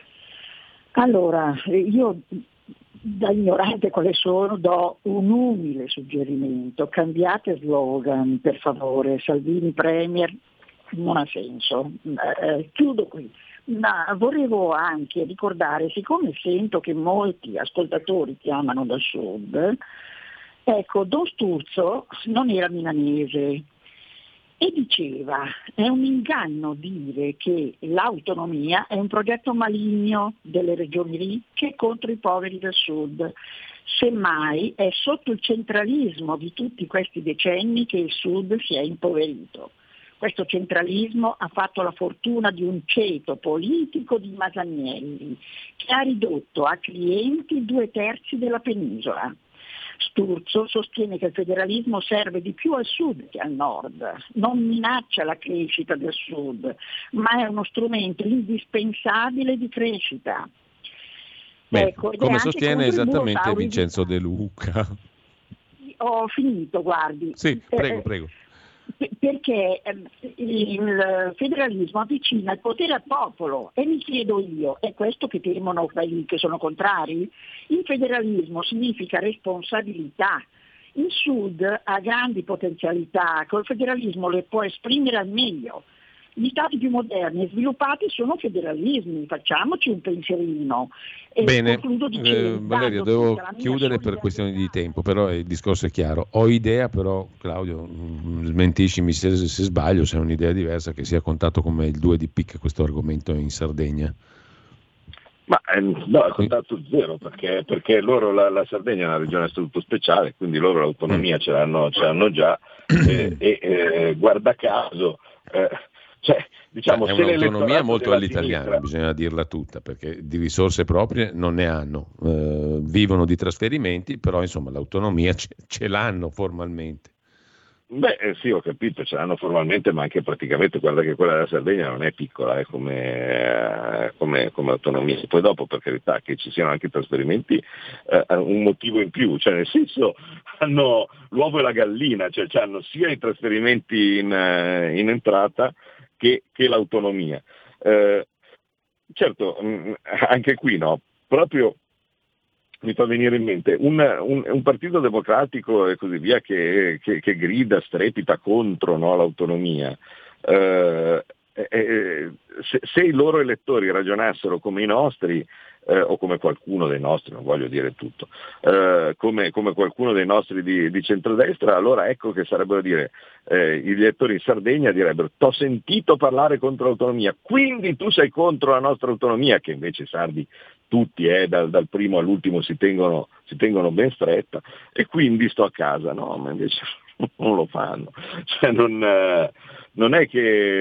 Allora, io da ignorante quale sono do un umile suggerimento: cambiate slogan per favore, Salvini Premier non ha senso. Eh, chiudo qui. Ma volevo anche ricordare, siccome sento che molti ascoltatori chiamano dal sud, ecco, Don Sturzo non era milanese e diceva: è un inganno dire che l'autonomia è un progetto maligno delle regioni ricche contro i poveri del sud. Semmai è sotto il centralismo di tutti questi decenni che il sud si è impoverito. Questo centralismo ha fatto la fortuna di un ceto politico di Masanielli, che ha ridotto a clienti due terzi della penisola. Sturzo sostiene che il federalismo serve di più al sud che al nord, non minaccia la crescita del sud, ma è uno strumento indispensabile di crescita. Beh, ecco, come sostiene esattamente Vincenzo De Luca. Ho finito, guardi. Sì, prego, eh, prego. perché il federalismo avvicina il potere al popolo, e mi chiedo io, è questo che temono quelli che sono contrari? Il federalismo significa responsabilità. Il Sud ha grandi potenzialità, col federalismo le può esprimere al meglio. Gli stati più moderni e sviluppati sono federalismi, facciamoci un pensierino. E Bene, dicendo, eh, Valerio, devo chiudere per questioni di tempo, però il discorso è chiaro. Ho idea, però, Claudio, mh, smentiscimi se, se sbaglio, se è un'idea diversa, che sia contato come il due di picca questo argomento in Sardegna. Ma eh, no, è contatto zero, perché, perché loro la, la Sardegna è una regione a statuto speciale, quindi loro l'autonomia mm. ce, l'hanno, ce l'hanno già eh, e eh, guarda caso... Eh, Cioè, diciamo, è se un'autonomia molto all'italiana, sinistra... bisogna dirla tutta, perché di risorse proprie non ne hanno, eh, vivono di trasferimenti, però insomma l'autonomia ce, ce l'hanno formalmente. Beh eh, sì, ho capito, ce l'hanno formalmente, ma anche praticamente, guarda che quella della Sardegna non è piccola eh, come, eh, come, come autonomia. Poi dopo, per carità, che ci siano anche i trasferimenti, eh, un motivo in più, cioè nel senso hanno l'uovo e la gallina, cioè hanno sia i trasferimenti in, in entrata che, che l'autonomia. Eh, certo, mh, anche qui no, proprio mi fa venire in mente un, un, un partito democratico e così via che, che, che grida, strepita contro, no, l'autonomia. Eh, eh, se, se i loro elettori ragionassero come i nostri, eh, o come qualcuno dei nostri, non voglio dire tutto, eh, come, come qualcuno dei nostri di, di centrodestra, allora ecco che sarebbero a dire, eh, gli elettori in Sardegna direbbero: t'ho sentito parlare contro l'autonomia, quindi tu sei contro la nostra autonomia, che invece i sardi tutti, eh, dal, dal primo all'ultimo si tengono, si tengono ben stretta, e quindi sto a casa. No, ma invece non lo fanno. Cioè non, eh, non è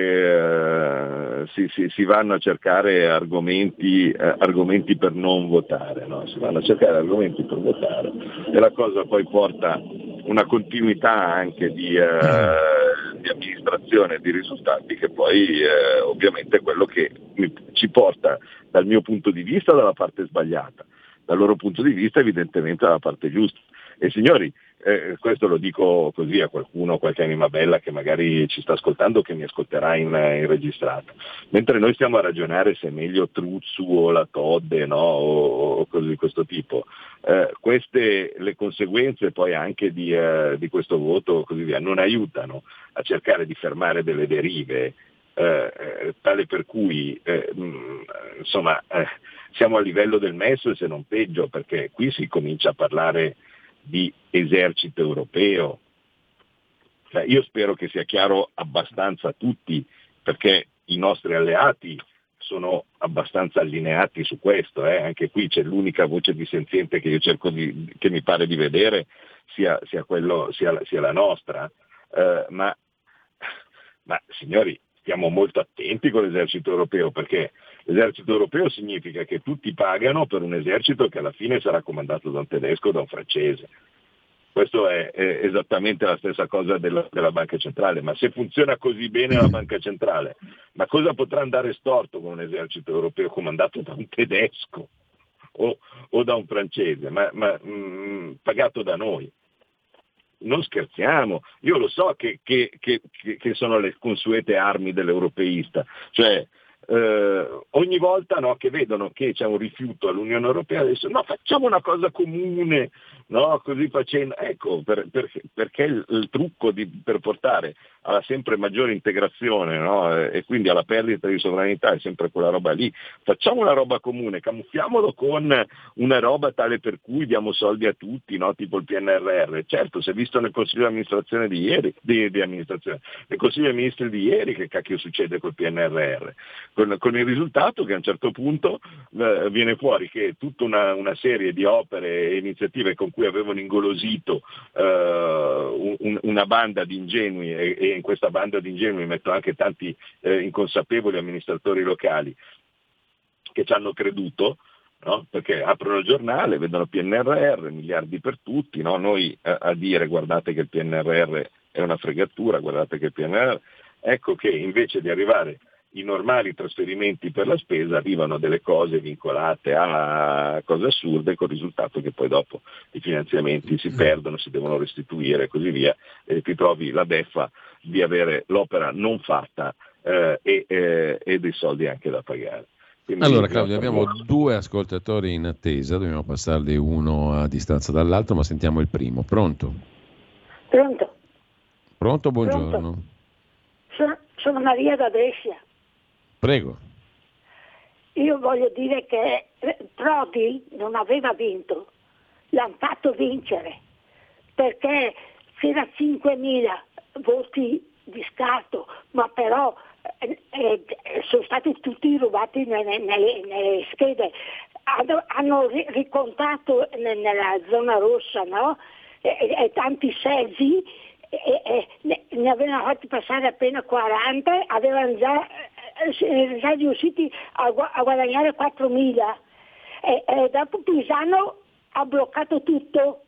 che eh, si, si, si vanno a cercare argomenti, eh, argomenti per non votare, no? Si vanno a cercare argomenti per votare, e la cosa poi porta una continuità anche di, eh, di amministrazione e di risultati, che poi eh, ovviamente è quello che mi, ci porta, dal mio punto di vista, dalla parte sbagliata, dal loro punto di vista evidentemente dalla parte giusta. E signori, eh, questo lo dico così a qualcuno, qualche anima bella che magari ci sta ascoltando, che mi ascolterà in, in registrato, mentre noi stiamo a ragionare se è meglio Truzzu o la Todde, no? o, o cose di questo tipo, eh, queste, le conseguenze poi anche di, eh, di questo voto così via, non aiutano a cercare di fermare delle derive, eh, tale per cui eh, mh, insomma eh, siamo a livello del M E S, se non peggio, perché qui si comincia a parlare di esercito europeo. Cioè, io spero che sia chiaro abbastanza a tutti, perché i nostri alleati sono abbastanza allineati su questo, eh. Anche qui c'è l'unica voce dissenziente che io cerco di, che mi pare di vedere, sia, sia, quello, sia, sia la nostra, eh, ma, ma signori, stiamo molto attenti con l'esercito europeo, perché l'esercito europeo significa che tutti pagano per un esercito che alla fine sarà comandato da un tedesco o da un francese. Questo è, è esattamente la stessa cosa della, della banca centrale, ma se funziona così bene la banca centrale, ma cosa potrà andare storto con un esercito europeo comandato da un tedesco o, o da un francese, ma, ma mh, pagato da noi? Non scherziamo, io lo so che, che, che, che sono le consuete armi dell'europeista, cioè eh, ogni volta, no, che vedono che c'è un rifiuto all'Unione Europea, adesso no, facciamo una cosa comune, no, così facendo, ecco per, per, perché il, il trucco di, per portare alla sempre maggiore integrazione, no, e quindi alla perdita di sovranità è sempre quella roba lì. Facciamo una roba comune, camuffiamolo con una roba tale per cui diamo soldi a tutti, no, tipo il P N R R. Certo, si è visto nel Consiglio di amministrazione di ieri, di, di amministrazione, nel Consiglio dei Ministri di ieri che cacchio succede col P N R R, con, con il risultato che a un certo punto eh, viene fuori che tutta una, una serie di opere e iniziative con cui avevano ingolosito eh, un, una banda di ingenui, e, e in questa banda di ingenui metto anche tanti eh, inconsapevoli amministratori locali che ci hanno creduto, no? Perché aprono il giornale, vedono P N R R, miliardi per tutti, no? Noi a, a dire guardate che il P N R R è una fregatura, guardate che il P N R R, ecco che invece di arrivare i normali trasferimenti per la spesa arrivano a delle cose vincolate a cose assurde, con il risultato che poi dopo i finanziamenti si perdono, si devono restituire e così via, e ti trovi la beffa di avere l'opera non fatta eh, e, eh, e dei soldi anche da pagare. Quindi allora Claudio, abbiamo due ascoltatori in attesa, dobbiamo passarli uno a distanza dall'altro, ma sentiamo il primo. Pronto? Pronto? Pronto, buongiorno. Pronto. Sono, sono Maria da Brescia. Prego. Io voglio dire che Prodi non aveva vinto, l'hanno fatto vincere, perché c'era cinquemila voti di scarto, ma però eh, eh, sono stati tutti rubati nelle, nelle, nelle schede, hanno, hanno ricontato nella zona rossa, no? E, e tanti seggi, e, e, ne, ne avevano fatti passare appena quaranta, avevano già, eh, già riusciti a, a guadagnare quattromila, e, e dopo Pisano ha bloccato tutto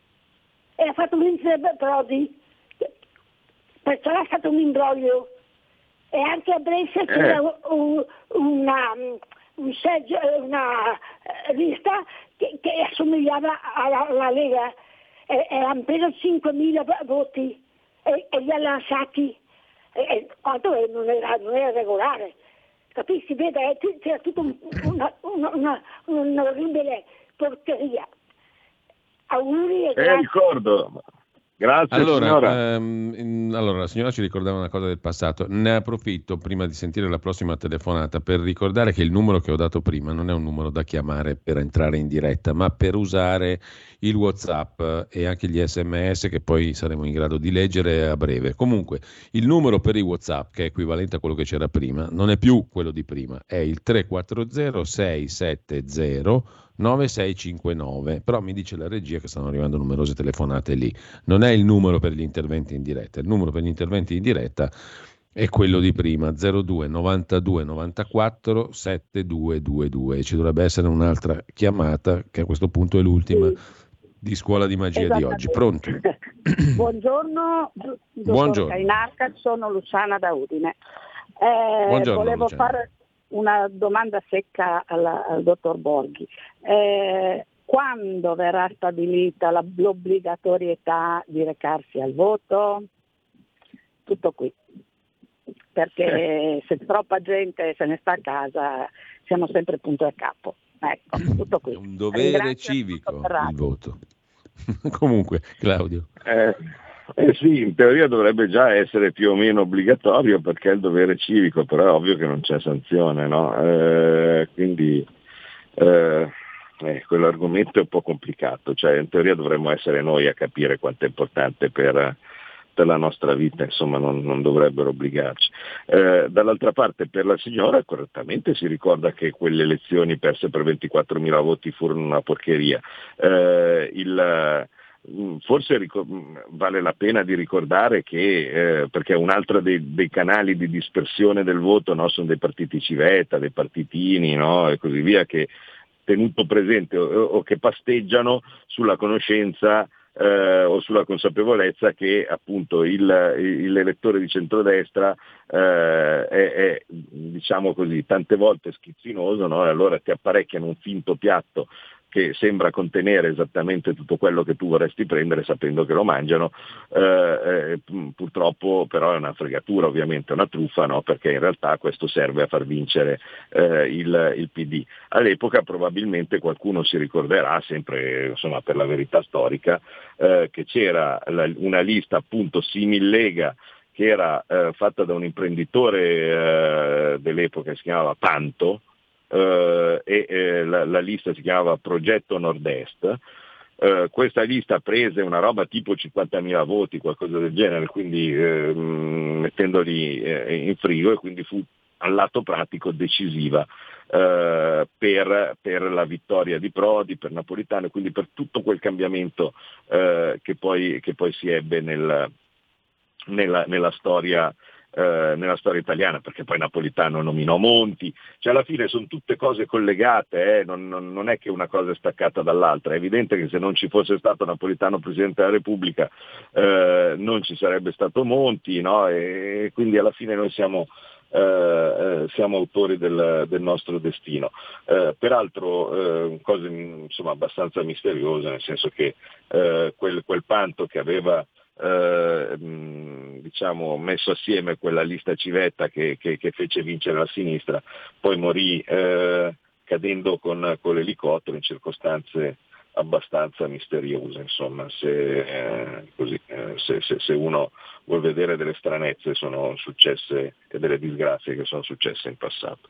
e ha fatto vincere Prodi, perciò è stato un imbroglio. E anche a Brescia c'era un, una, un seggio, una lista che, che assomigliava alla, alla Lega, e erano appena cinquemila voti e, e li ha lasciati, e, e quanto è, non, era, non era regolare, capisci? Vede, c'era tutta un, una, una, una, un'orribile porcheria. Auguri e eh, grazie. ricordo. Grazie allora, signora. Ehm, allora, la signora ci ricordava una cosa del passato. Ne approfitto prima di sentire la prossima telefonata per ricordare che il numero che ho dato prima non è un numero da chiamare per entrare in diretta, ma per usare il WhatsApp e anche gli sms che poi saremo in grado di leggere a breve. Comunque, il numero per i WhatsApp, che è equivalente a quello che c'era prima, non è più quello di prima, è il tre quattro zero sei sette zero nove sei cinque nove, però mi dice la regia che stanno arrivando numerose telefonate lì. Non è il numero per gli interventi in diretta, il numero per gli interventi in diretta è quello di prima, zero due novantadue novantaquattro settantadue ventidue. Ci dovrebbe essere un'altra chiamata, che a questo punto è l'ultima di Scuola di Magia di oggi. Pronto? Buongiorno, dottor Buongiorno. Cainarca, sono Luciana da Udine. Eh, Buongiorno, volevo Luciana. fare una domanda secca alla, al dottor Borghi. Eh, quando verrà stabilita la, l'obbligatorietà di recarsi al voto? Tutto qui. Perché se troppa gente se ne sta a casa siamo sempre punto a capo. Ecco, tutto qui. È un dovere Ringrazio civico il voto. Comunque, Claudio. Eh, eh sì, in teoria dovrebbe già essere più o meno obbligatorio perché è il dovere civico, però è ovvio che non c'è sanzione, no? Eh, quindi eh, eh, quell'argomento è un po' complicato, cioè in teoria dovremmo essere noi a capire quanto è importante per, per la nostra vita, insomma non, non dovrebbero obbligarci. Eh, dall'altra parte per la signora correttamente si ricorda che quelle elezioni perse per ventiquattromila voti furono una porcheria. Eh, il Forse vale la pena di ricordare che, eh, perché un altro dei, dei canali di dispersione del voto, no, sono dei partiti civetta, dei partitini, no, e così via, che tenuto presente o, o che pasteggiano sulla conoscenza eh, o sulla consapevolezza che appunto il, il, l'elettore di centrodestra eh, è, è, diciamo così, tante volte schizzinoso, no, e allora ti apparecchiano un finto piatto che sembra contenere esattamente tutto quello che tu vorresti prendere sapendo che lo mangiano, eh, eh, purtroppo però è una fregatura, ovviamente una truffa, no? Perché in realtà questo serve a far vincere eh, il, il P D. All'epoca probabilmente qualcuno si ricorderà, sempre insomma per la verità storica, eh, che c'era la, una lista appunto simil-Lega che era eh, fatta da un imprenditore eh, dell'epoca che si chiamava Panto, Uh, e eh, la, la lista si chiamava Progetto Nord-Est. Uh, questa lista prese una roba tipo cinquantamila voti, qualcosa del genere, quindi eh, mettendoli eh, in frigo, e quindi fu al lato pratico decisiva uh, per, per la vittoria di Prodi, per Napolitano, e quindi per tutto quel cambiamento uh, che, poi, che poi si ebbe nel, nella, nella storia Eh, nella storia italiana, perché poi Napolitano nominò Monti, cioè alla fine sono tutte cose collegate, eh? non, non, non è che una cosa è staccata dall'altra. È evidente che se non ci fosse stato Napolitano Presidente della Repubblica eh, non ci sarebbe stato Monti, no? E quindi alla fine noi siamo eh, siamo autori del, del nostro destino. Eh, peraltro eh, cose insomma abbastanza misteriose, nel senso che eh, quel, quel panto che aveva eh, mh, diciamo messo assieme quella lista civetta che, che, che fece vincere la sinistra, poi morì eh, cadendo con, con l'elicottero in circostanze abbastanza misteriose, insomma, se, eh, così, eh, se, se, se uno vuol vedere delle stranezze sono successe e delle disgrazie che sono successe in passato.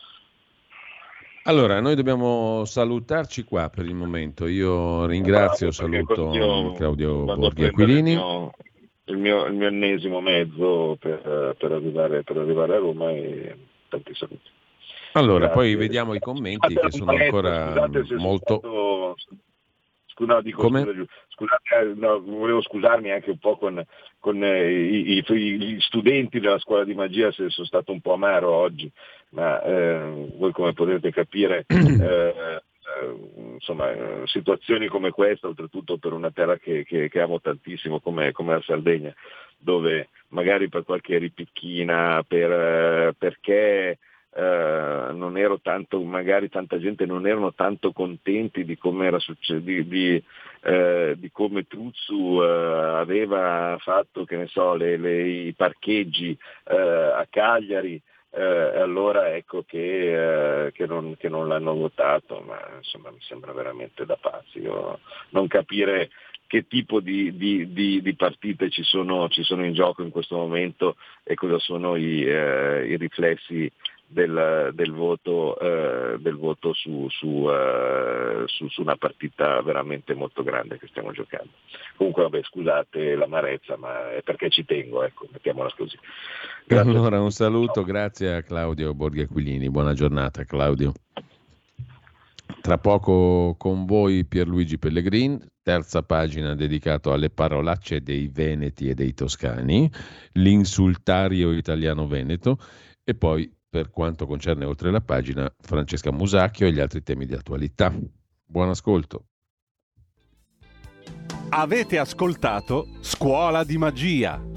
Allora, noi dobbiamo salutarci qua per il momento. Io ringrazio, saluto io, Claudio Borghi Aquilini. Il mio, il, mio, il mio ennesimo mezzo per, per, arrivare, per arrivare a Roma e tanti saluti. Allora, Grazie. poi vediamo i commenti che sono ancora Scusate, molto... Stato... No, dico, Come? Scusa, scusate, no, volevo scusarmi anche un po' con, con eh, i, i, gli studenti della scuola di magia se sono stato un po' amaro oggi, ma eh, voi come potete capire eh, eh, insomma eh, situazioni come questa, oltretutto per una terra che, che, che amo tantissimo come, come la Sardegna, dove magari per qualche ripicchina, per, eh, perché Uh, non ero tanto, magari tanta gente non erano tanto contenti di come era successo, di, di, uh, di come Truzzu uh, aveva fatto, che ne so, le, le, i parcheggi uh, a Cagliari, uh, allora ecco che, uh, che, non, che non l'hanno votato, ma insomma mi sembra veramente da pazzi. Io non capire che tipo di, di, di, di partite ci sono, ci sono in gioco in questo momento e cosa sono i, uh, i riflessi Del, del voto, eh, del voto su, su, eh, su, su una partita veramente molto grande che stiamo giocando. Comunque vabbè, scusate l'amarezza, ma è perché ci tengo, ecco, mettiamola così. Grazie. Allora un saluto, grazie a Claudio Borghi Aquilini, buona giornata Claudio. Tra poco con voi Pierluigi Pellegrin, terza pagina dedicato alle parolacce dei veneti e dei toscani, l'insultario italiano veneto, e poi per quanto concerne oltre la pagina Francesca Musacchio e gli altri temi di attualità. Buon ascolto. Avete ascoltato Scuola di Magia.